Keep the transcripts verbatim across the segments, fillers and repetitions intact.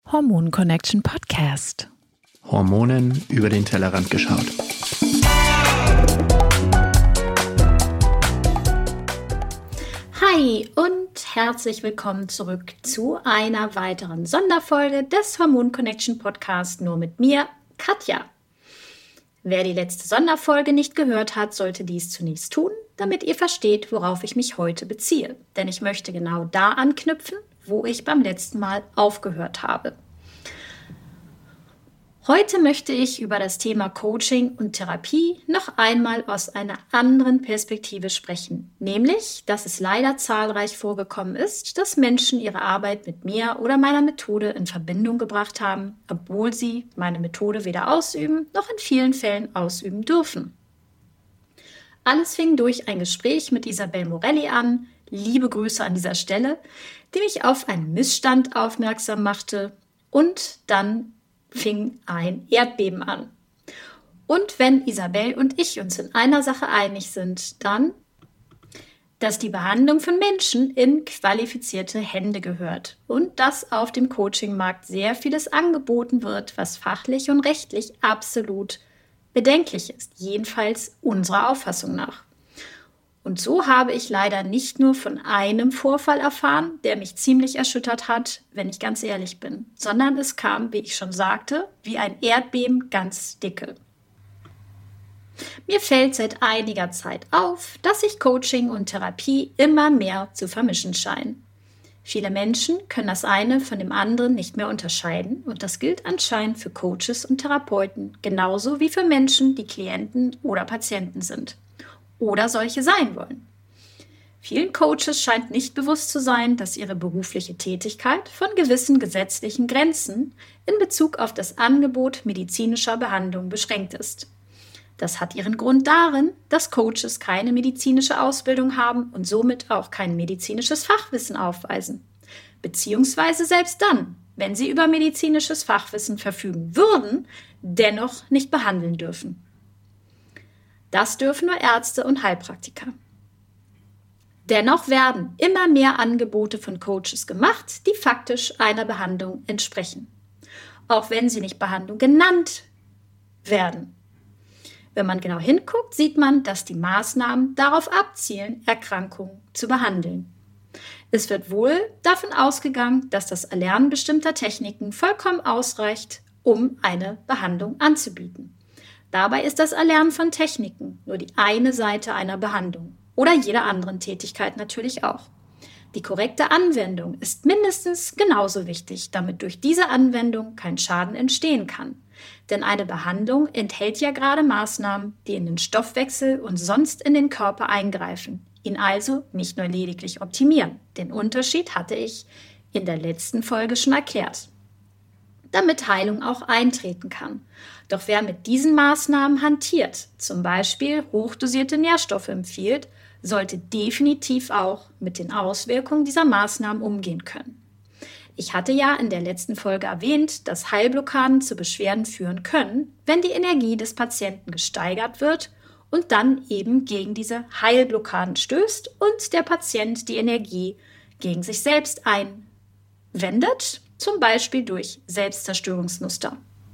Hormon Connection Podcast. Hormonen über den Tellerrand geschaut. Hi und herzlich willkommen zurück zu einer weiteren Sonderfolge des Hormon Connection Podcast, nur mit mir, Katja. Wer die letzte Sonderfolge nicht gehört hat, sollte dies zunächst tun, damit ihr versteht, worauf ich mich heute beziehe. Denn ich möchte genau da anknüpfen, wo ich beim letzten Mal aufgehört habe. Heute möchte ich über das Thema Coaching und Therapie noch einmal aus einer anderen Perspektive sprechen, nämlich, dass es leider zahlreich vorgekommen ist, dass Menschen ihre Arbeit mit mir oder meiner Methode in Verbindung gebracht haben, obwohl sie meine Methode weder ausüben noch in vielen Fällen ausüben dürfen. Alles fing durch ein Gespräch mit Isabel Morelli an, liebe Grüße an dieser Stelle, die mich auf einen Missstand aufmerksam machte, und dann fing ein Erdbeben an. Und wenn Isabel und ich uns in einer Sache einig sind, dann, dass die Behandlung von Menschen in qualifizierte Hände gehört und dass auf dem Coachingmarkt sehr vieles angeboten wird, was fachlich und rechtlich absolut bedenklich ist, jedenfalls unserer Auffassung nach. Und so habe ich leider nicht nur von einem Vorfall erfahren, der mich ziemlich erschüttert hat, wenn ich ganz ehrlich bin, sondern es kam, wie ich schon sagte, wie ein Erdbeben ganz dicke. Mir fällt seit einiger Zeit auf, dass sich Coaching und Therapie immer mehr zu vermischen scheinen. Viele Menschen können das eine von dem anderen nicht mehr unterscheiden und das gilt anscheinend für Coaches und Therapeuten, genauso wie für Menschen, die Klienten oder Patienten sind. Oder solche sein wollen. Vielen Coaches scheint nicht bewusst zu sein, dass ihre berufliche Tätigkeit von gewissen gesetzlichen Grenzen in Bezug auf das Angebot medizinischer Behandlung beschränkt ist. Das hat ihren Grund darin, dass Coaches keine medizinische Ausbildung haben und somit auch kein medizinisches Fachwissen aufweisen. Beziehungsweise selbst dann, wenn sie über medizinisches Fachwissen verfügen würden, dennoch nicht behandeln dürfen. Das dürfen nur Ärzte und Heilpraktiker. Dennoch werden immer mehr Angebote von Coaches gemacht, die faktisch einer Behandlung entsprechen. Auch wenn sie nicht Behandlung genannt werden. Wenn man genau hinguckt, sieht man, dass die Maßnahmen darauf abzielen, Erkrankungen zu behandeln. Es wird wohl davon ausgegangen, dass das Erlernen bestimmter Techniken vollkommen ausreicht, um eine Behandlung anzubieten. Dabei ist das Erlernen von Techniken nur die eine Seite einer Behandlung oder jeder anderen Tätigkeit natürlich auch. Die korrekte Anwendung ist mindestens genauso wichtig, damit durch diese Anwendung kein Schaden entstehen kann. Denn eine Behandlung enthält ja gerade Maßnahmen, die in den Stoffwechsel und sonst in den Körper eingreifen, ihn also nicht nur lediglich optimieren. Den Unterschied hatte ich in der letzten Folge schon erklärt, damit Heilung auch eintreten kann. Doch wer mit diesen Maßnahmen hantiert, zum Beispiel hochdosierte Nährstoffe empfiehlt, sollte definitiv auch mit den Auswirkungen dieser Maßnahmen umgehen können. Ich hatte ja in der letzten Folge erwähnt, dass Heilblockaden zu Beschwerden führen können, wenn die Energie des Patienten gesteigert wird und dann eben gegen diese Heilblockaden stößt und der Patient die Energie gegen sich selbst einwendet, zum Beispiel durch Selbstzerstörungsmuster.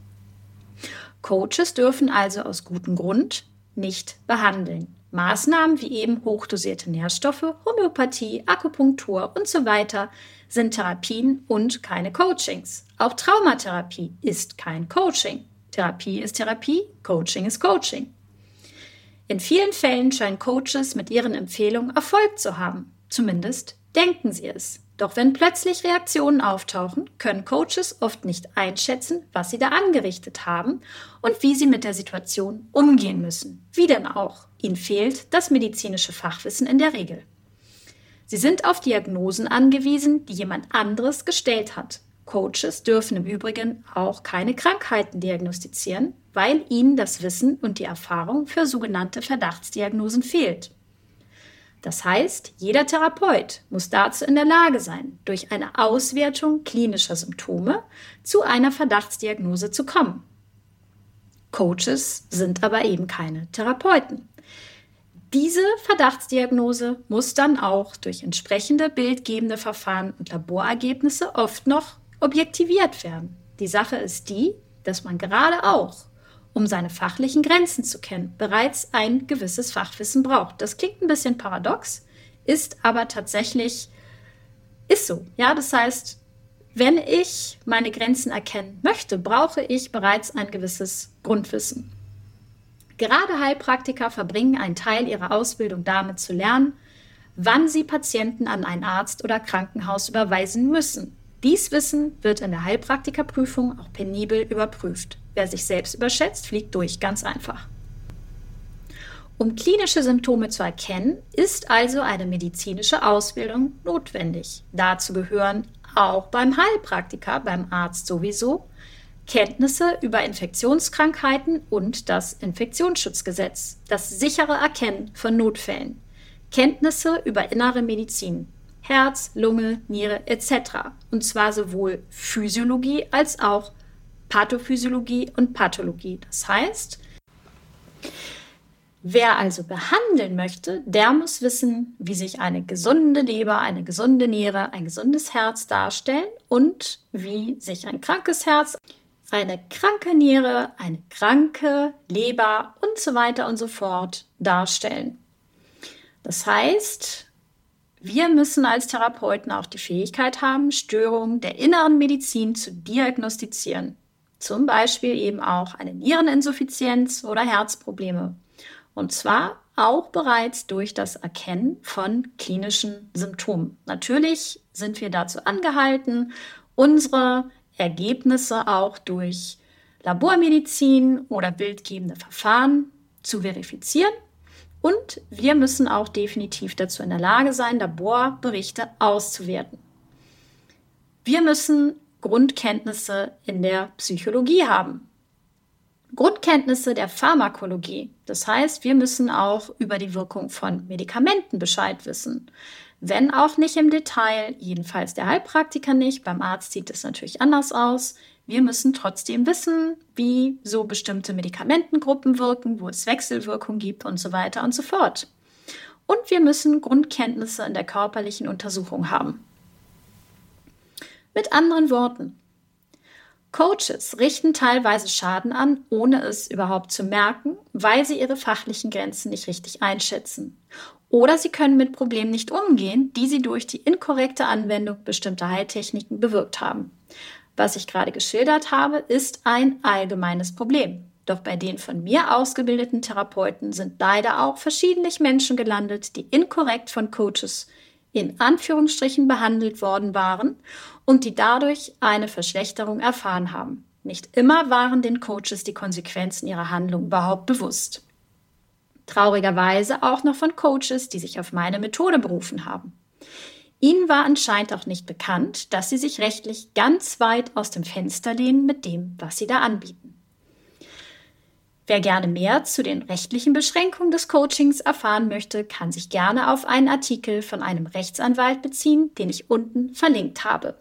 Coaches dürfen also aus gutem Grund nicht behandeln. Maßnahmen wie eben hochdosierte Nährstoffe, Homöopathie, Akupunktur und so weiter sind Therapien und keine Coachings. Auch Traumatherapie ist kein Coaching. Therapie ist Therapie, Coaching ist Coaching. In vielen Fällen scheinen Coaches mit ihren Empfehlungen Erfolg zu haben. Zumindest denken sie es. Doch wenn plötzlich Reaktionen auftauchen, können Coaches oft nicht einschätzen, was sie da angerichtet haben und wie sie mit der Situation umgehen müssen. Wie denn auch? Ihnen fehlt das medizinische Fachwissen in der Regel. Sie sind auf Diagnosen angewiesen, die jemand anderes gestellt hat. Coaches dürfen im Übrigen auch keine Krankheiten diagnostizieren, weil ihnen das Wissen und die Erfahrung für sogenannte Verdachtsdiagnosen fehlt. Das heißt, jeder Therapeut muss dazu in der Lage sein, durch eine Auswertung klinischer Symptome zu einer Verdachtsdiagnose zu kommen. Coaches sind aber eben keine Therapeuten. Diese Verdachtsdiagnose muss dann auch durch entsprechende bildgebende Verfahren und Laborergebnisse oft noch objektiviert werden. Die Sache ist die, dass man gerade auch, um seine fachlichen Grenzen zu kennen, bereits ein gewisses Fachwissen braucht. Das klingt ein bisschen paradox, ist aber tatsächlich, ist so. Ja, das heißt, wenn ich meine Grenzen erkennen möchte, brauche ich bereits ein gewisses Grundwissen. Gerade Heilpraktiker verbringen einen Teil ihrer Ausbildung damit zu lernen, wann sie Patienten an einen Arzt oder Krankenhaus überweisen müssen. Dies Wissen wird in der Heilpraktikerprüfung auch penibel überprüft. Wer sich selbst überschätzt, fliegt durch, ganz einfach. Um klinische Symptome zu erkennen, ist also eine medizinische Ausbildung notwendig. Dazu gehören auch beim Heilpraktiker, beim Arzt sowieso, Kenntnisse über Infektionskrankheiten und das Infektionsschutzgesetz, das sichere Erkennen von Notfällen, Kenntnisse über innere Medizin, Herz, Lunge, Niere et cetera. Und zwar sowohl Physiologie als auch Pathophysiologie und Pathologie. Das heißt, wer also behandeln möchte, der muss wissen, wie sich eine gesunde Leber, eine gesunde Niere, ein gesundes Herz darstellen und wie sich ein krankes Herz, eine kranke Niere, eine kranke Leber und so weiter und so fort darstellen. Das heißt, wir müssen als Therapeuten auch die Fähigkeit haben, Störungen der inneren Medizin zu diagnostizieren. Zum Beispiel eben auch eine Niereninsuffizienz oder Herzprobleme. Und zwar auch bereits durch das Erkennen von klinischen Symptomen. Natürlich sind wir dazu angehalten, unsere Ergebnisse auch durch Labormedizin oder bildgebende Verfahren zu verifizieren. Und wir müssen auch definitiv dazu in der Lage sein, Laborberichte auszuwerten. Wir müssen Grundkenntnisse in der Psychologie haben. Grundkenntnisse der Pharmakologie. Das heißt, wir müssen auch über die Wirkung von Medikamenten Bescheid wissen. Wenn auch nicht im Detail, jedenfalls der Heilpraktiker nicht. Beim Arzt sieht es natürlich anders aus. Wir müssen trotzdem wissen, wie so bestimmte Medikamentengruppen wirken, wo es Wechselwirkungen gibt und so weiter und so fort. Und wir müssen Grundkenntnisse in der körperlichen Untersuchung haben. Mit anderen Worten, Coaches richten teilweise Schaden an, ohne es überhaupt zu merken, weil sie ihre fachlichen Grenzen nicht richtig einschätzen. Oder sie können mit Problemen nicht umgehen, die sie durch die inkorrekte Anwendung bestimmter Heiltechniken bewirkt haben. Was ich gerade geschildert habe, ist ein allgemeines Problem. Doch bei den von mir ausgebildeten Therapeuten sind leider auch verschiedentlich Menschen gelandet, die inkorrekt von Coaches in Anführungsstrichen behandelt worden waren und die dadurch eine Verschlechterung erfahren haben. Nicht immer waren den Coaches die Konsequenzen ihrer Handlung überhaupt bewusst. Traurigerweise auch noch von Coaches, die sich auf meine Methode berufen haben. Ihnen war anscheinend auch nicht bekannt, dass sie sich rechtlich ganz weit aus dem Fenster lehnen mit dem, was sie da anbieten. Wer gerne mehr zu den rechtlichen Beschränkungen des Coachings erfahren möchte, kann sich gerne auf einen Artikel von einem Rechtsanwalt beziehen, den ich unten verlinkt habe.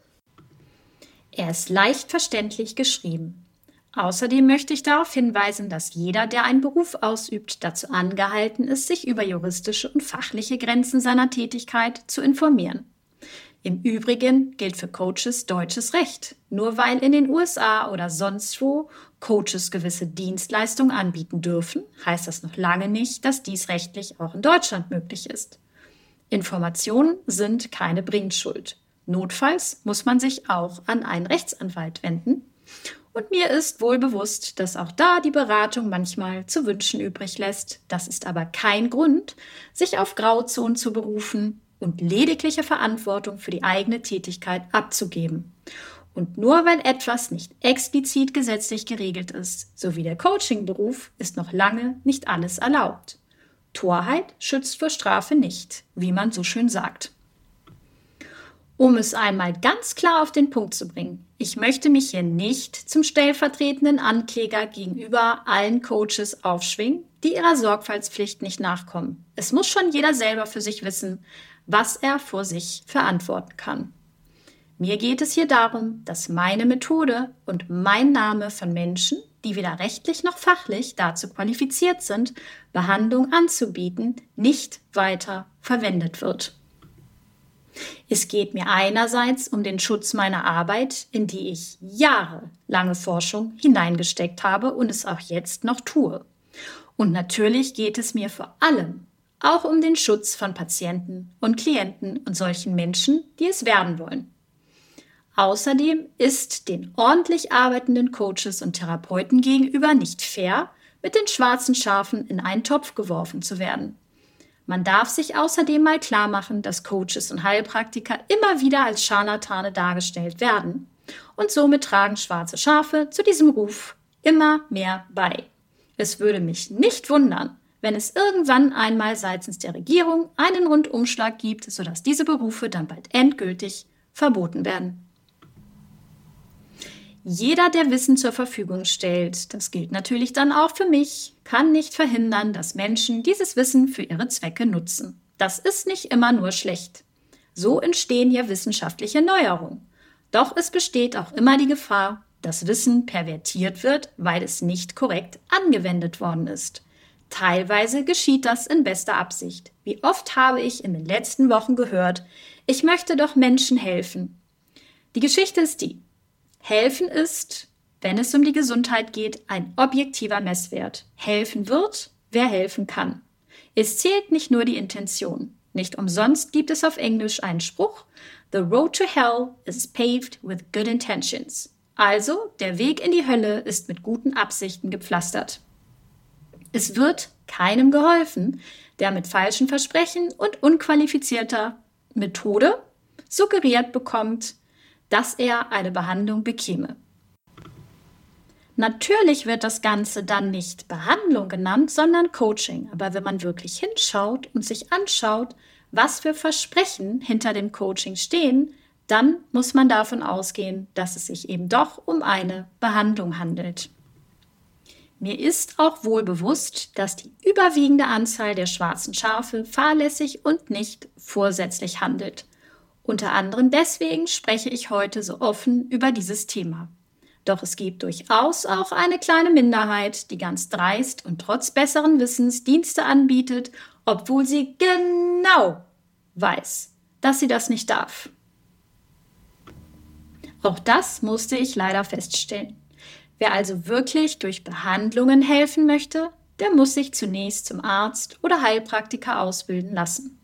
Er ist leicht verständlich geschrieben. Außerdem möchte ich darauf hinweisen, dass jeder, der einen Beruf ausübt, dazu angehalten ist, sich über juristische und fachliche Grenzen seiner Tätigkeit zu informieren. Im Übrigen gilt für Coaches deutsches Recht. Nur weil in den U S A oder sonst wo Coaches gewisse Dienstleistungen anbieten dürfen, heißt das noch lange nicht, dass dies rechtlich auch in Deutschland möglich ist. Informationen sind keine Bringschuld. Notfalls muss man sich auch an einen Rechtsanwalt wenden. Und mir ist wohl bewusst, dass auch da die Beratung manchmal zu wünschen übrig lässt. Das ist aber kein Grund, sich auf Grauzonen zu berufen und ledigliche Verantwortung für die eigene Tätigkeit abzugeben. Und nur weil etwas nicht explizit gesetzlich geregelt ist, so wie der Coaching-Beruf, ist noch lange nicht alles erlaubt. Torheit schützt vor Strafe nicht, wie man so schön sagt. Um es einmal ganz klar auf den Punkt zu bringen, ich möchte mich hier nicht zum stellvertretenden Ankläger gegenüber allen Coaches aufschwingen, die ihrer Sorgfaltspflicht nicht nachkommen. Es muss schon jeder selber für sich wissen, was er vor sich verantworten kann. Mir geht es hier darum, dass meine Methode und mein Name von Menschen, die weder rechtlich noch fachlich dazu qualifiziert sind, Behandlung anzubieten, nicht weiter verwendet wird. Es geht mir einerseits um den Schutz meiner Arbeit, in die ich jahrelange Forschung hineingesteckt habe und es auch jetzt noch tue. Und natürlich geht es mir vor allem auch um den Schutz von Patienten und Klienten und solchen Menschen, die es werden wollen. Außerdem ist den ordentlich arbeitenden Coaches und Therapeuten gegenüber nicht fair, mit den schwarzen Schafen in einen Topf geworfen zu werden. Man darf sich außerdem mal klar machen, dass Coaches und Heilpraktiker immer wieder als Scharlatane dargestellt werden. Und somit tragen schwarze Schafe zu diesem Ruf immer mehr bei. Es würde mich nicht wundern, wenn es irgendwann einmal seitens der Regierung einen Rundumschlag gibt, sodass diese Berufe dann bald endgültig verboten werden. Jeder, der Wissen zur Verfügung stellt, das gilt natürlich dann auch für mich, kann nicht verhindern, dass Menschen dieses Wissen für ihre Zwecke nutzen. Das ist nicht immer nur schlecht. So entstehen ja wissenschaftliche Neuerungen. Doch es besteht auch immer die Gefahr, dass Wissen pervertiert wird, weil es nicht korrekt angewendet worden ist. Teilweise geschieht das in bester Absicht. Wie oft habe ich in den letzten Wochen gehört, ich möchte doch Menschen helfen. Die Geschichte ist die: Helfen ist, wenn es um die Gesundheit geht, ein objektiver Messwert. Helfen wird, wer helfen kann. Es zählt nicht nur die Intention. Nicht umsonst gibt es auf Englisch einen Spruch: The road to hell is paved with good intentions. Also, der Weg in die Hölle ist mit guten Absichten gepflastert. Es wird keinem geholfen, der mit falschen Versprechen und unqualifizierter Methode suggeriert bekommt, dass er eine Behandlung bekäme. Natürlich wird das Ganze dann nicht Behandlung genannt, sondern Coaching. Aber wenn man wirklich hinschaut und sich anschaut, was für Versprechen hinter dem Coaching stehen, dann muss man davon ausgehen, dass es sich eben doch um eine Behandlung handelt. Mir ist auch wohl bewusst, dass die überwiegende Anzahl der schwarzen Schafe fahrlässig und nicht vorsätzlich handelt. Unter anderem deswegen spreche ich heute so offen über dieses Thema. Doch es gibt durchaus auch eine kleine Minderheit, die ganz dreist und trotz besseren Wissens Dienste anbietet, obwohl sie genau weiß, dass sie das nicht darf. Auch das musste ich leider feststellen. Wer also wirklich durch Behandlungen helfen möchte, der muss sich zunächst zum Arzt oder Heilpraktiker ausbilden lassen.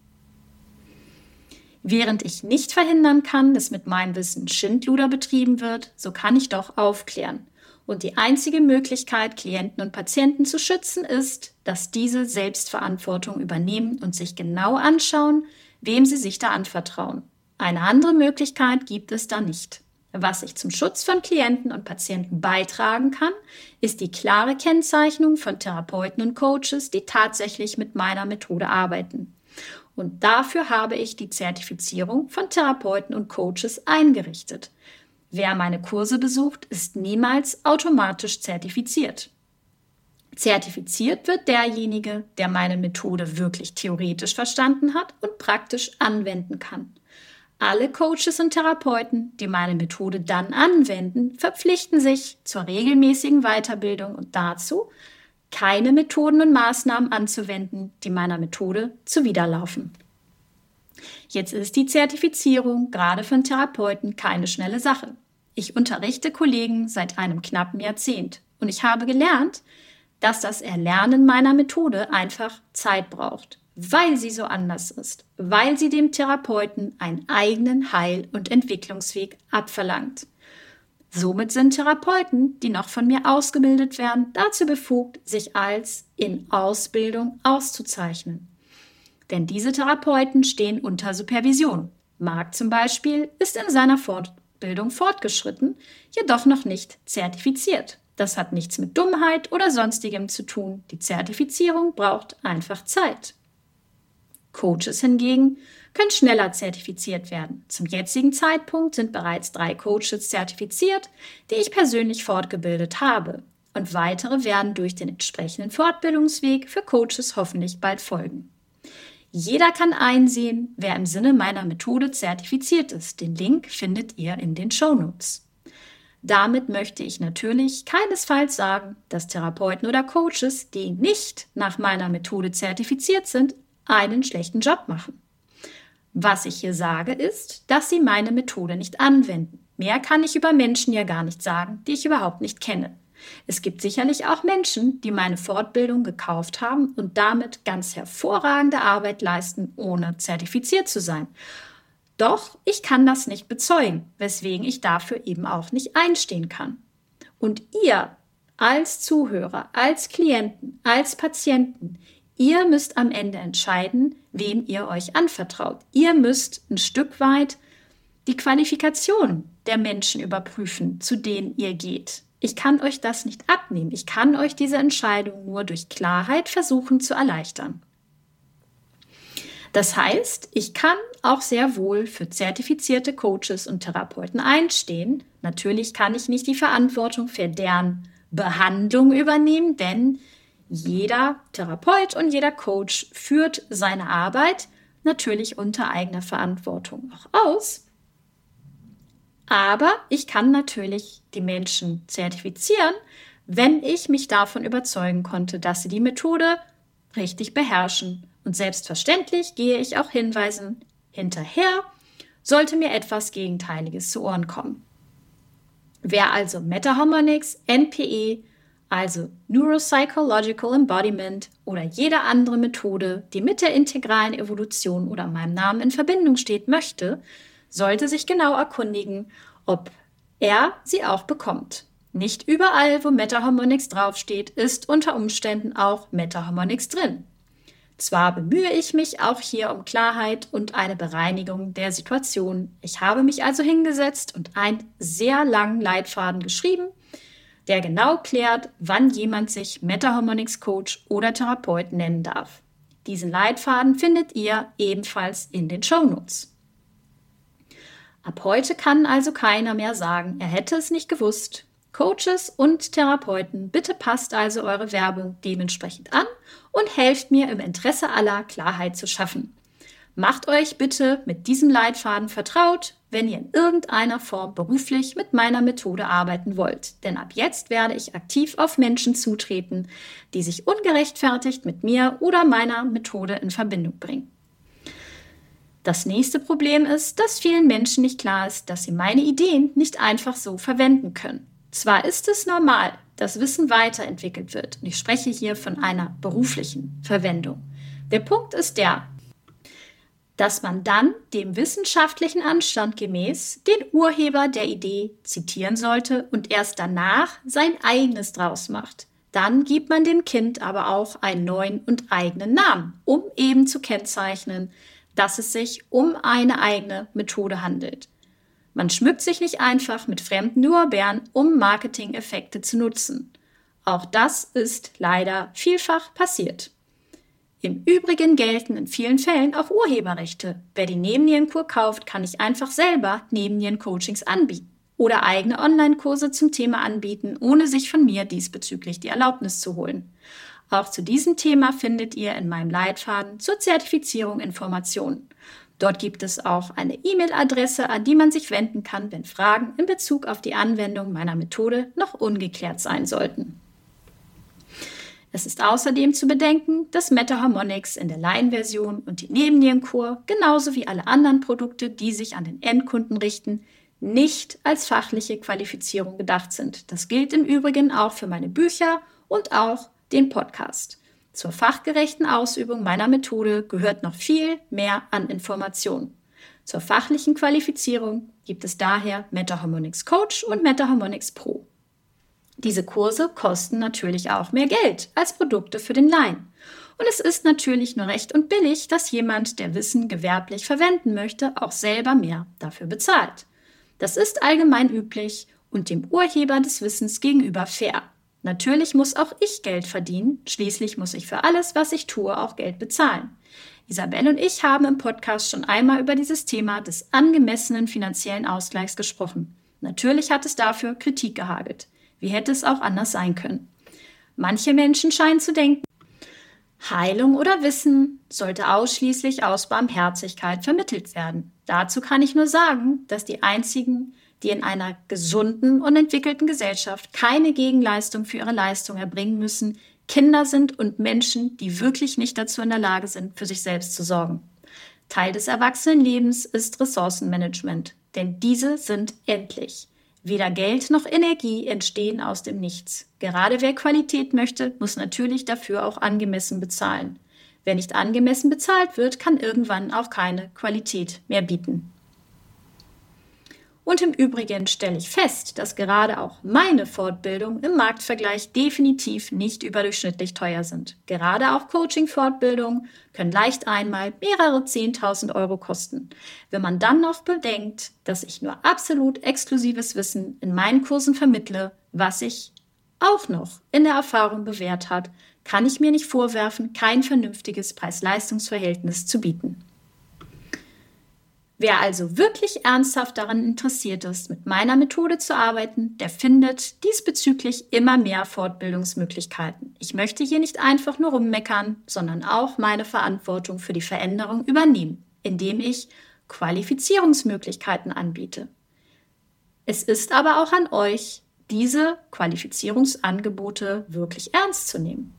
Während ich nicht verhindern kann, dass mit meinem Wissen Schindluder betrieben wird, so kann ich doch aufklären. Und die einzige Möglichkeit, Klienten und Patienten zu schützen, ist, dass diese Selbstverantwortung übernehmen und sich genau anschauen, wem sie sich da anvertrauen. Eine andere Möglichkeit gibt es da nicht. Was ich zum Schutz von Klienten und Patienten beitragen kann, ist die klare Kennzeichnung von Therapeuten und Coaches, die tatsächlich mit meiner Methode arbeiten. Und dafür habe ich die Zertifizierung von Therapeuten und Coaches eingerichtet. Wer meine Kurse besucht, ist niemals automatisch zertifiziert. Zertifiziert wird derjenige, der meine Methode wirklich theoretisch verstanden hat und praktisch anwenden kann. Alle Coaches und Therapeuten, die meine Methode dann anwenden, verpflichten sich zur regelmäßigen Weiterbildung und dazu, keine Methoden und Maßnahmen anzuwenden, die meiner Methode zuwiderlaufen. Jetzt ist die Zertifizierung gerade von Therapeuten keine schnelle Sache. Ich unterrichte Kollegen seit einem knappen Jahrzehnt und ich habe gelernt, dass das Erlernen meiner Methode einfach Zeit braucht, weil sie so anders ist, weil sie dem Therapeuten einen eigenen Heil- und Entwicklungsweg abverlangt. Somit sind Therapeuten, die noch von mir ausgebildet werden, dazu befugt, sich als in Ausbildung auszuzeichnen. Denn diese Therapeuten stehen unter Supervision. Marc zum Beispiel ist in seiner Fortbildung fortgeschritten, jedoch noch nicht zertifiziert. Das hat nichts mit Dummheit oder Sonstigem zu tun. Die Zertifizierung braucht einfach Zeit. Coaches hingegen können schneller zertifiziert werden. Zum jetzigen Zeitpunkt sind bereits drei Coaches zertifiziert, die ich persönlich fortgebildet habe. Und weitere werden durch den entsprechenden Fortbildungsweg für Coaches hoffentlich bald folgen. Jeder kann einsehen, wer im Sinne meiner Methode zertifiziert ist. Den Link findet ihr in den Shownotes. Damit möchte ich natürlich keinesfalls sagen, dass Therapeuten oder Coaches, die nicht nach meiner Methode zertifiziert sind, einen schlechten Job machen. Was ich hier sage, ist, dass sie meine Methode nicht anwenden. Mehr kann ich über Menschen ja gar nicht sagen, die ich überhaupt nicht kenne. Es gibt sicherlich auch Menschen, die meine Fortbildung gekauft haben und damit ganz hervorragende Arbeit leisten, ohne zertifiziert zu sein. Doch ich kann das nicht bezeugen, weswegen ich dafür eben auch nicht einstehen kann. Und ihr als Zuhörer, als Klienten, als Patienten, ihr müsst am Ende entscheiden, wem ihr euch anvertraut. Ihr müsst ein Stück weit die Qualifikation der Menschen überprüfen, zu denen ihr geht. Ich kann euch das nicht abnehmen. Ich kann euch diese Entscheidung nur durch Klarheit versuchen zu erleichtern. Das heißt, ich kann auch sehr wohl für zertifizierte Coaches und Therapeuten einstehen. Natürlich kann ich nicht die Verantwortung für deren Behandlung übernehmen, denn jeder Therapeut und jeder Coach führt seine Arbeit natürlich unter eigener Verantwortung auch aus. Aber ich kann natürlich die Menschen zertifizieren, wenn ich mich davon überzeugen konnte, dass sie die Methode richtig beherrschen. Und selbstverständlich gehe ich auch Hinweisen hinterher, sollte mir etwas Gegenteiliges zu Ohren kommen. Wer also Meta-Harmonics, N P E, also Neuropsychological Embodiment oder jede andere Methode, die mit der integralen Evolution oder meinem Namen in Verbindung steht, möchte, sollte sich genau erkundigen, ob er sie auch bekommt. Nicht überall, wo Meta-Harmonics draufsteht, ist unter Umständen auch Meta-Harmonics drin. Zwar bemühe ich mich auch hier um Klarheit und eine Bereinigung der Situation. Ich habe mich also hingesetzt und einen sehr langen Leitfaden geschrieben, der genau klärt, wann jemand sich Meta-Harmonics Coach oder Therapeut nennen darf. Diesen Leitfaden findet ihr ebenfalls in den Shownotes. Ab heute kann also keiner mehr sagen, er hätte es nicht gewusst. Coaches und Therapeuten, bitte passt also eure Werbung dementsprechend an und helft mir im Interesse aller Klarheit zu schaffen. Macht euch bitte mit diesem Leitfaden vertraut, wenn ihr in irgendeiner Form beruflich mit meiner Methode arbeiten wollt. Denn ab jetzt werde ich aktiv auf Menschen zutreten, die sich ungerechtfertigt mit mir oder meiner Methode in Verbindung bringen. Das nächste Problem ist, dass vielen Menschen nicht klar ist, dass sie meine Ideen nicht einfach so verwenden können. Zwar ist es normal, dass Wissen weiterentwickelt wird, und ich spreche hier von einer beruflichen Verwendung. Der Punkt ist der, dass man dann dem wissenschaftlichen Anstand gemäß den Urheber der Idee zitieren sollte und erst danach sein eigenes draus macht. Dann gibt man dem Kind aber auch einen neuen und eigenen Namen, um eben zu kennzeichnen, dass es sich um eine eigene Methode handelt. Man schmückt sich nicht einfach mit fremden Lorbeeren, um Marketing-Effekte zu nutzen. Auch das ist leider vielfach passiert. Im Übrigen gelten in vielen Fällen auch Urheberrechte. Wer die Nebennierenkur kauft, kann nicht einfach selber Nebennierencoachings anbieten oder eigene Online-Kurse zum Thema anbieten, ohne sich von mir diesbezüglich die Erlaubnis zu holen. Auch zu diesem Thema findet ihr in meinem Leitfaden zur Zertifizierung Informationen. Dort gibt es auch eine E-Mail-Adresse, an die man sich wenden kann, wenn Fragen in Bezug auf die Anwendung meiner Methode noch ungeklärt sein sollten. Es ist außerdem zu bedenken, dass Meta-Harmonics in der Laienversion und die Nebennierenkur, genauso wie alle anderen Produkte, die sich an den Endkunden richten, nicht als fachliche Qualifizierung gedacht sind. Das gilt im Übrigen auch für meine Bücher und auch den Podcast. Zur fachgerechten Ausübung meiner Methode gehört noch viel mehr an Informationen. Zur fachlichen Qualifizierung gibt es daher Meta-Harmonics Coach und Meta-Harmonics Pro. Diese Kurse kosten natürlich auch mehr Geld als Produkte für den Laien. Und es ist natürlich nur recht und billig, dass jemand, der Wissen gewerblich verwenden möchte, auch selber mehr dafür bezahlt. Das ist allgemein üblich und dem Urheber des Wissens gegenüber fair. Natürlich muss auch ich Geld verdienen, schließlich muss ich für alles, was ich tue, auch Geld bezahlen. Isabel und ich haben im Podcast schon einmal über dieses Thema des angemessenen finanziellen Ausgleichs gesprochen. Natürlich hat es dafür Kritik gehagelt. Wie hätte es auch anders sein können? Manche Menschen scheinen zu denken, Heilung oder Wissen sollte ausschließlich aus Barmherzigkeit vermittelt werden. Dazu kann ich nur sagen, dass die einzigen, die in einer gesunden und entwickelten Gesellschaft keine Gegenleistung für ihre Leistung erbringen müssen, Kinder sind und Menschen, die wirklich nicht dazu in der Lage sind, für sich selbst zu sorgen. Teil des Erwachsenenlebens ist Ressourcenmanagement, denn diese sind endlich. Weder Geld noch Energie entstehen aus dem Nichts. Gerade wer Qualität möchte, muss natürlich dafür auch angemessen bezahlen. Wer nicht angemessen bezahlt wird, kann irgendwann auch keine Qualität mehr bieten. Und im Übrigen stelle ich fest, dass gerade auch meine Fortbildungen im Marktvergleich definitiv nicht überdurchschnittlich teuer sind. Gerade auch Coaching-Fortbildungen können leicht einmal mehrere zehntausend Euro kosten. Wenn man dann noch bedenkt, dass ich nur absolut exklusives Wissen in meinen Kursen vermittle, was sich auch noch in der Erfahrung bewährt hat, kann ich mir nicht vorwerfen, kein vernünftiges Preis-Leistungs-Verhältnis zu bieten. Wer also wirklich ernsthaft daran interessiert ist, mit meiner Methode zu arbeiten, der findet diesbezüglich immer mehr Fortbildungsmöglichkeiten. Ich möchte hier nicht einfach nur rummeckern, sondern auch meine Verantwortung für die Veränderung übernehmen, indem ich Qualifizierungsmöglichkeiten anbiete. Es ist aber auch an euch, diese Qualifizierungsangebote wirklich ernst zu nehmen.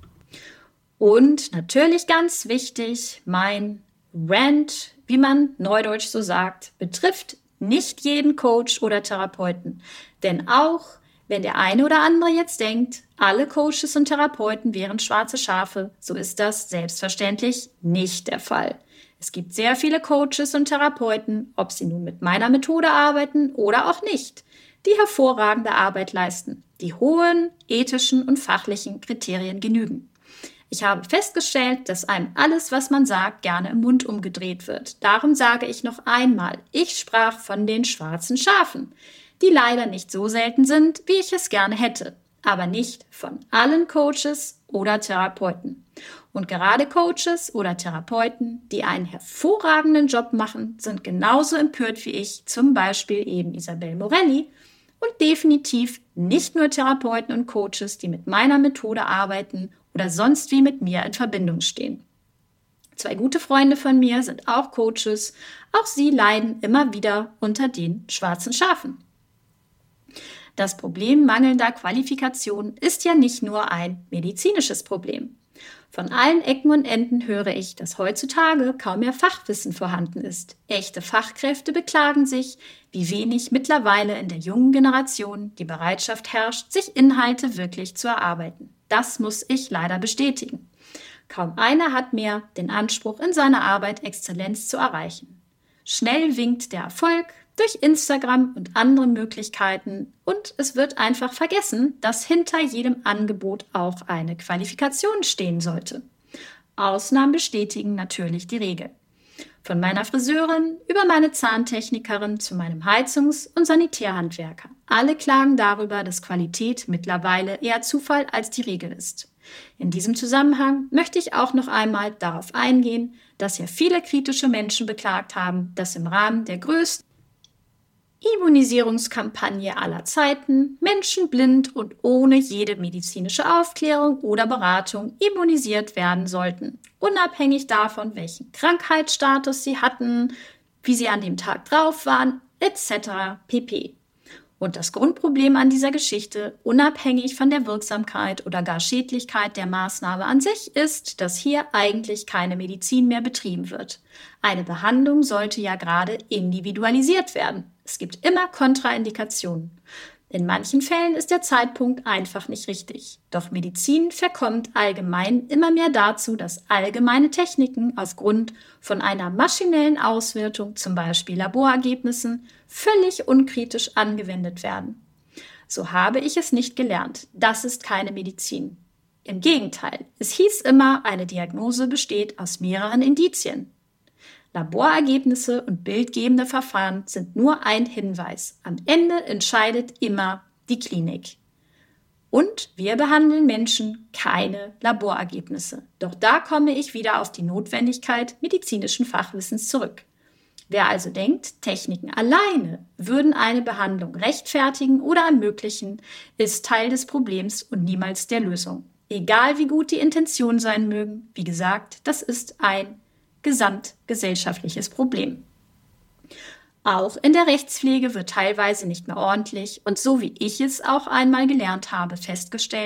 Und natürlich ganz wichtig, mein Rant, wie man neudeutsch so sagt, betrifft nicht jeden Coach oder Therapeuten. Denn auch wenn der eine oder andere jetzt denkt, alle Coaches und Therapeuten wären schwarze Schafe, so ist das selbstverständlich nicht der Fall. Es gibt sehr viele Coaches und Therapeuten, ob sie nun mit meiner Methode arbeiten oder auch nicht, die hervorragende Arbeit leisten, die hohen ethischen und fachlichen Kriterien genügen. Ich habe festgestellt, dass einem alles, was man sagt, gerne im Mund umgedreht wird. Darum sage ich noch einmal, ich sprach von den schwarzen Schafen, die leider nicht so selten sind, wie ich es gerne hätte, aber nicht von allen Coaches oder Therapeuten. Und gerade Coaches oder Therapeuten, die einen hervorragenden Job machen, sind genauso empört wie ich, zum Beispiel eben Isabel Morelli, und definitiv nicht nur Therapeuten und Coaches, die mit meiner Methode arbeiten oder sonst wie mit mir in Verbindung stehen. Zwei gute Freunde von mir sind auch Coaches. Auch sie leiden immer wieder unter den schwarzen Schafen. Das Problem mangelnder Qualifikation ist ja nicht nur ein medizinisches Problem. Von allen Ecken und Enden höre ich, dass heutzutage kaum mehr Fachwissen vorhanden ist. Echte Fachkräfte beklagen sich, wie wenig mittlerweile in der jungen Generation die Bereitschaft herrscht, sich Inhalte wirklich zu erarbeiten. Das muss ich leider bestätigen. Kaum einer hat mehr den Anspruch, in seiner Arbeit Exzellenz zu erreichen. Schnell winkt der Erfolg durch Instagram und andere Möglichkeiten und es wird einfach vergessen, dass hinter jedem Angebot auch eine Qualifikation stehen sollte. Ausnahmen bestätigen natürlich die Regel. Von meiner Friseurin über meine Zahntechnikerin zu meinem Heizungs- und Sanitärhandwerker. Alle klagen darüber, dass Qualität mittlerweile eher Zufall als die Regel ist. In diesem Zusammenhang möchte ich auch noch einmal darauf eingehen, dass ja viele kritische Menschen beklagt haben, dass im Rahmen der größten Immunisierungskampagne aller Zeiten Menschen blind und ohne jede medizinische Aufklärung oder Beratung immunisiert werden sollten, unabhängig davon, welchen Krankheitsstatus sie hatten, wie sie an dem Tag drauf waren, et cetera pp. Und das Grundproblem an dieser Geschichte, unabhängig von der Wirksamkeit oder gar Schädlichkeit der Maßnahme an sich, ist, dass hier eigentlich keine Medizin mehr betrieben wird. Eine Behandlung sollte ja gerade individualisiert werden. Es gibt immer Kontraindikationen. In manchen Fällen ist der Zeitpunkt einfach nicht richtig. Doch Medizin verkommt allgemein immer mehr dazu, dass allgemeine Techniken aufgrund von einer maschinellen Auswertung, zum Beispiel Laborergebnissen, völlig unkritisch angewendet werden. So habe ich es nicht gelernt. Das ist keine Medizin. Im Gegenteil, es hieß immer, eine Diagnose besteht aus mehreren Indizien. Laborergebnisse und bildgebende Verfahren sind nur ein Hinweis. Am Ende entscheidet immer die Klinik. Und wir behandeln Menschen, keine Laborergebnisse. Doch da komme ich wieder auf die Notwendigkeit medizinischen Fachwissens zurück. Wer also denkt, Techniken alleine würden eine Behandlung rechtfertigen oder ermöglichen, ist Teil des Problems und niemals der Lösung. Egal wie gut die Intentionen sein mögen, wie gesagt, das ist ein gesamtgesellschaftliches Problem. Auch in der Rechtspflege wird teilweise nicht mehr ordentlich und so wie ich es auch einmal gelernt habe, festgestellt,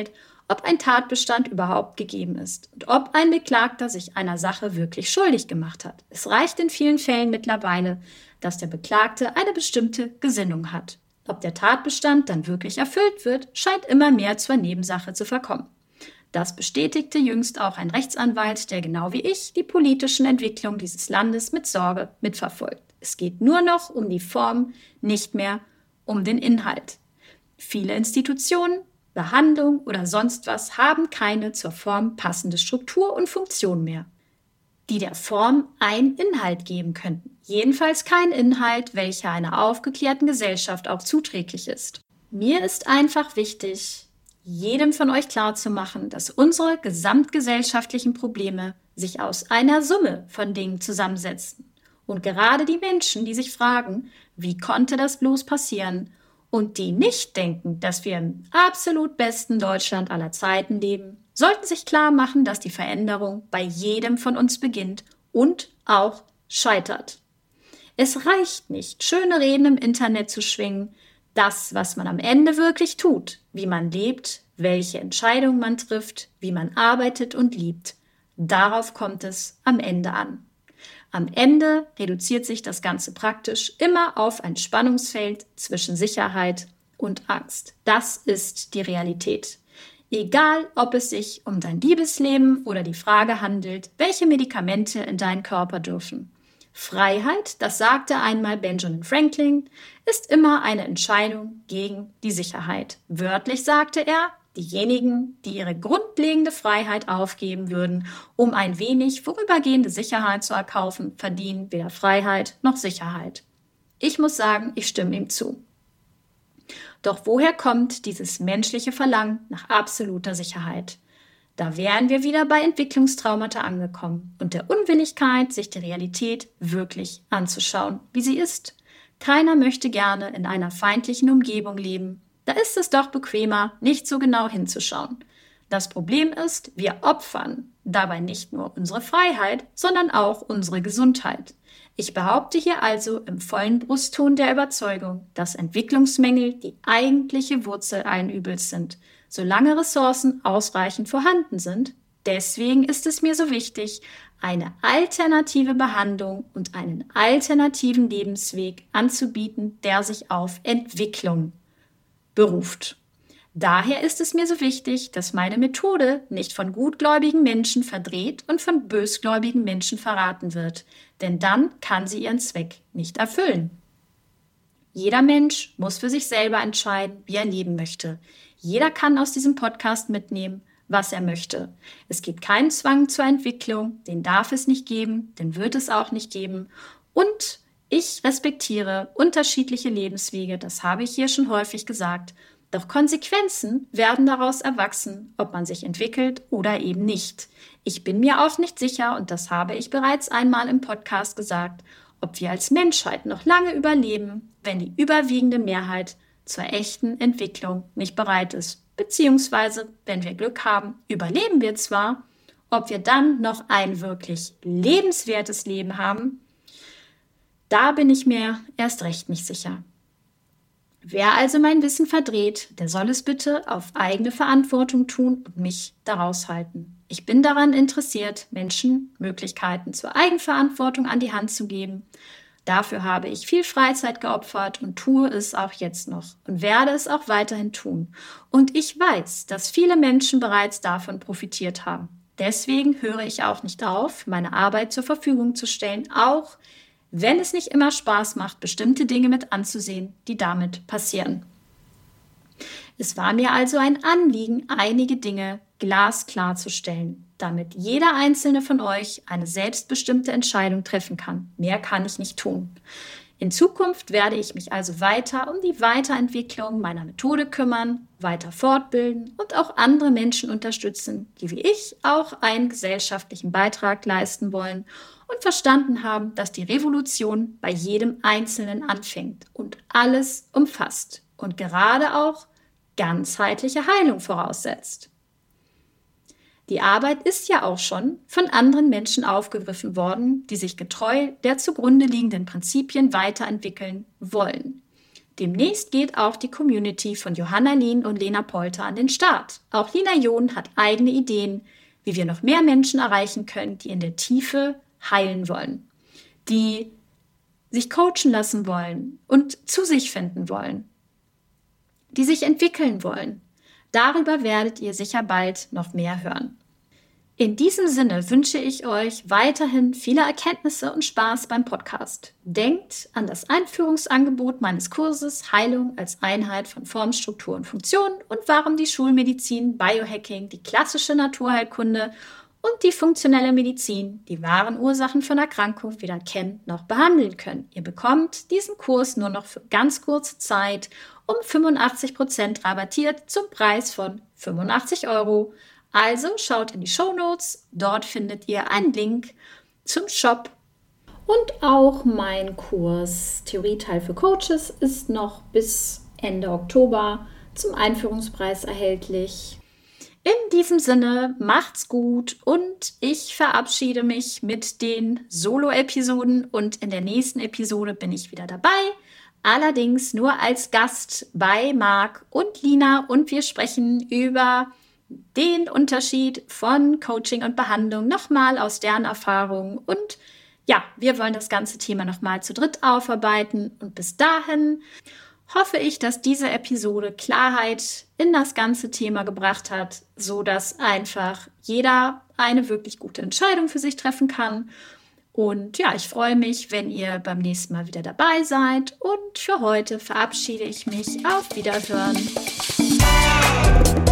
ob ein Tatbestand überhaupt gegeben ist und ob ein Beklagter sich einer Sache wirklich schuldig gemacht hat. Es reicht in vielen Fällen mittlerweile, dass der Beklagte eine bestimmte Gesinnung hat. Ob der Tatbestand dann wirklich erfüllt wird, scheint immer mehr zur Nebensache zu verkommen. Das bestätigte jüngst auch ein Rechtsanwalt, der genau wie ich die politischen Entwicklungen dieses Landes mit Sorge mitverfolgt. Es geht nur noch um die Form, nicht mehr um den Inhalt. Viele Institutionen, Behandlung oder sonst was haben keine zur Form passende Struktur und Funktion mehr, die der Form einen Inhalt geben könnten. Jedenfalls kein Inhalt, welcher einer aufgeklärten Gesellschaft auch zuträglich ist. Mir ist einfach wichtig, jedem von euch klarzumachen, dass unsere gesamtgesellschaftlichen Probleme sich aus einer Summe von Dingen zusammensetzen. Und gerade die Menschen, die sich fragen, wie konnte das bloß passieren, und die nicht denken, dass wir im absolut besten Deutschland aller Zeiten leben, sollten sich klar machen, dass die Veränderung bei jedem von uns beginnt und auch scheitert. Es reicht nicht, schöne Reden im Internet zu schwingen. Das, was man am Ende wirklich tut, wie man lebt, welche Entscheidungen man trifft, wie man arbeitet und liebt, darauf kommt es am Ende an. Am Ende reduziert sich das Ganze praktisch immer auf ein Spannungsfeld zwischen Sicherheit und Angst. Das ist die Realität. Egal, ob es sich um dein Liebesleben oder die Frage handelt, welche Medikamente in deinen Körper dürfen. Freiheit, das sagte einmal Benjamin Franklin, ist immer eine Entscheidung gegen die Sicherheit. Wörtlich sagte er, diejenigen, die ihre grundlegende Freiheit aufgeben würden, um ein wenig vorübergehende Sicherheit zu erkaufen, verdienen weder Freiheit noch Sicherheit. Ich muss sagen, ich stimme ihm zu. Doch woher kommt dieses menschliche Verlangen nach absoluter Sicherheit? Da wären wir wieder bei Entwicklungstraumata angekommen und der Unwilligkeit, sich die Realität wirklich anzuschauen, wie sie ist. Keiner möchte gerne in einer feindlichen Umgebung leben. Da ist es doch bequemer, nicht so genau hinzuschauen. Das Problem ist, wir opfern dabei nicht nur unsere Freiheit, sondern auch unsere Gesundheit. Ich behaupte hier also im vollen Brustton der Überzeugung, dass Entwicklungsmängel die eigentliche Wurzel allen Übels sind, solange Ressourcen ausreichend vorhanden sind. Deswegen ist es mir so wichtig, eine alternative Behandlung und einen alternativen Lebensweg anzubieten, der sich auf Entwicklung beruft. Daher ist es mir so wichtig, dass meine Methode nicht von gutgläubigen Menschen verdreht und von bösgläubigen Menschen verraten wird, denn dann kann sie ihren Zweck nicht erfüllen. Jeder Mensch muss für sich selber entscheiden, wie er leben möchte. Jeder kann aus diesem Podcast mitnehmen, was er möchte. Es gibt keinen Zwang zur Entwicklung, den darf es nicht geben, den wird es auch nicht geben. Und ich respektiere unterschiedliche Lebenswege, das habe ich hier schon häufig gesagt. Doch Konsequenzen werden daraus erwachsen, ob man sich entwickelt oder eben nicht. Ich bin mir auch nicht sicher, und das habe ich bereits einmal im Podcast gesagt, ob wir als Menschheit noch lange überleben, wenn die überwiegende Mehrheit zur echten Entwicklung nicht bereit ist. Beziehungsweise, wenn wir Glück haben, überleben wir zwar, ob wir dann noch ein wirklich lebenswertes Leben haben, da bin ich mir erst recht nicht sicher. Wer also mein Wissen verdreht, der soll es bitte auf eigene Verantwortung tun und mich daraus halten. Ich bin daran interessiert, Menschen Möglichkeiten zur Eigenverantwortung an die Hand zu geben. Dafür habe ich viel Freizeit geopfert und tue es auch jetzt noch und werde es auch weiterhin tun. Und ich weiß, dass viele Menschen bereits davon profitiert haben. Deswegen höre ich auch nicht auf, meine Arbeit zur Verfügung zu stellen, auch wenn es nicht immer Spaß macht, bestimmte Dinge mit anzusehen, die damit passieren. Es war mir also ein Anliegen, einige Dinge glasklar zu stellen, damit jeder einzelne von euch eine selbstbestimmte Entscheidung treffen kann. Mehr kann ich nicht tun. In Zukunft werde ich mich also weiter um die Weiterentwicklung meiner Methode kümmern, weiter fortbilden und auch andere Menschen unterstützen, die wie ich auch einen gesellschaftlichen Beitrag leisten wollen und verstanden haben, dass die Revolution bei jedem Einzelnen anfängt und alles umfasst und gerade auch ganzheitliche Heilung voraussetzt. Die Arbeit ist ja auch schon von anderen Menschen aufgegriffen worden, die sich getreu der zugrunde liegenden Prinzipien weiterentwickeln wollen. Demnächst geht auch die Community von Johanna Lien und Lena Polter an den Start. Auch Lina John hat eigene Ideen, wie wir noch mehr Menschen erreichen können, die in der Tiefe heilen wollen, die sich coachen lassen wollen und zu sich finden wollen, die sich entwickeln wollen. Darüber werdet ihr sicher bald noch mehr hören. In diesem Sinne wünsche ich euch weiterhin viele Erkenntnisse und Spaß beim Podcast. Denkt an das Einführungsangebot meines Kurses Heilung als Einheit von Form, Struktur und Funktion und warum die Schulmedizin, Biohacking, die klassische Naturheilkunde und die funktionelle Medizin die wahren Ursachen von Erkrankung weder kennen noch behandeln können. Ihr bekommt diesen Kurs nur noch für ganz kurze Zeit um fünfundachtzig Prozent rabattiert zum Preis von fünfundachtzig Euro. Also schaut in die Shownotes, dort findet ihr einen Link zum Shop. Und auch mein Kurs Theorieteil für Coaches ist noch bis Ende Oktober zum Einführungspreis erhältlich. In diesem Sinne, macht's gut und ich verabschiede mich mit den Solo-Episoden und in der nächsten Episode bin ich wieder dabei. Allerdings nur als Gast bei Marc und Lina und wir sprechen über den Unterschied von Coaching und Behandlung nochmal aus deren Erfahrung. Und ja, wir wollen das ganze Thema nochmal zu dritt aufarbeiten. Und bis dahin hoffe ich, dass diese Episode Klarheit in das ganze Thema gebracht hat, so dass einfach jeder eine wirklich gute Entscheidung für sich treffen kann. Und ja, ich freue mich, wenn ihr beim nächsten Mal wieder dabei seid. Und für heute verabschiede ich mich. Auf Wiederhören.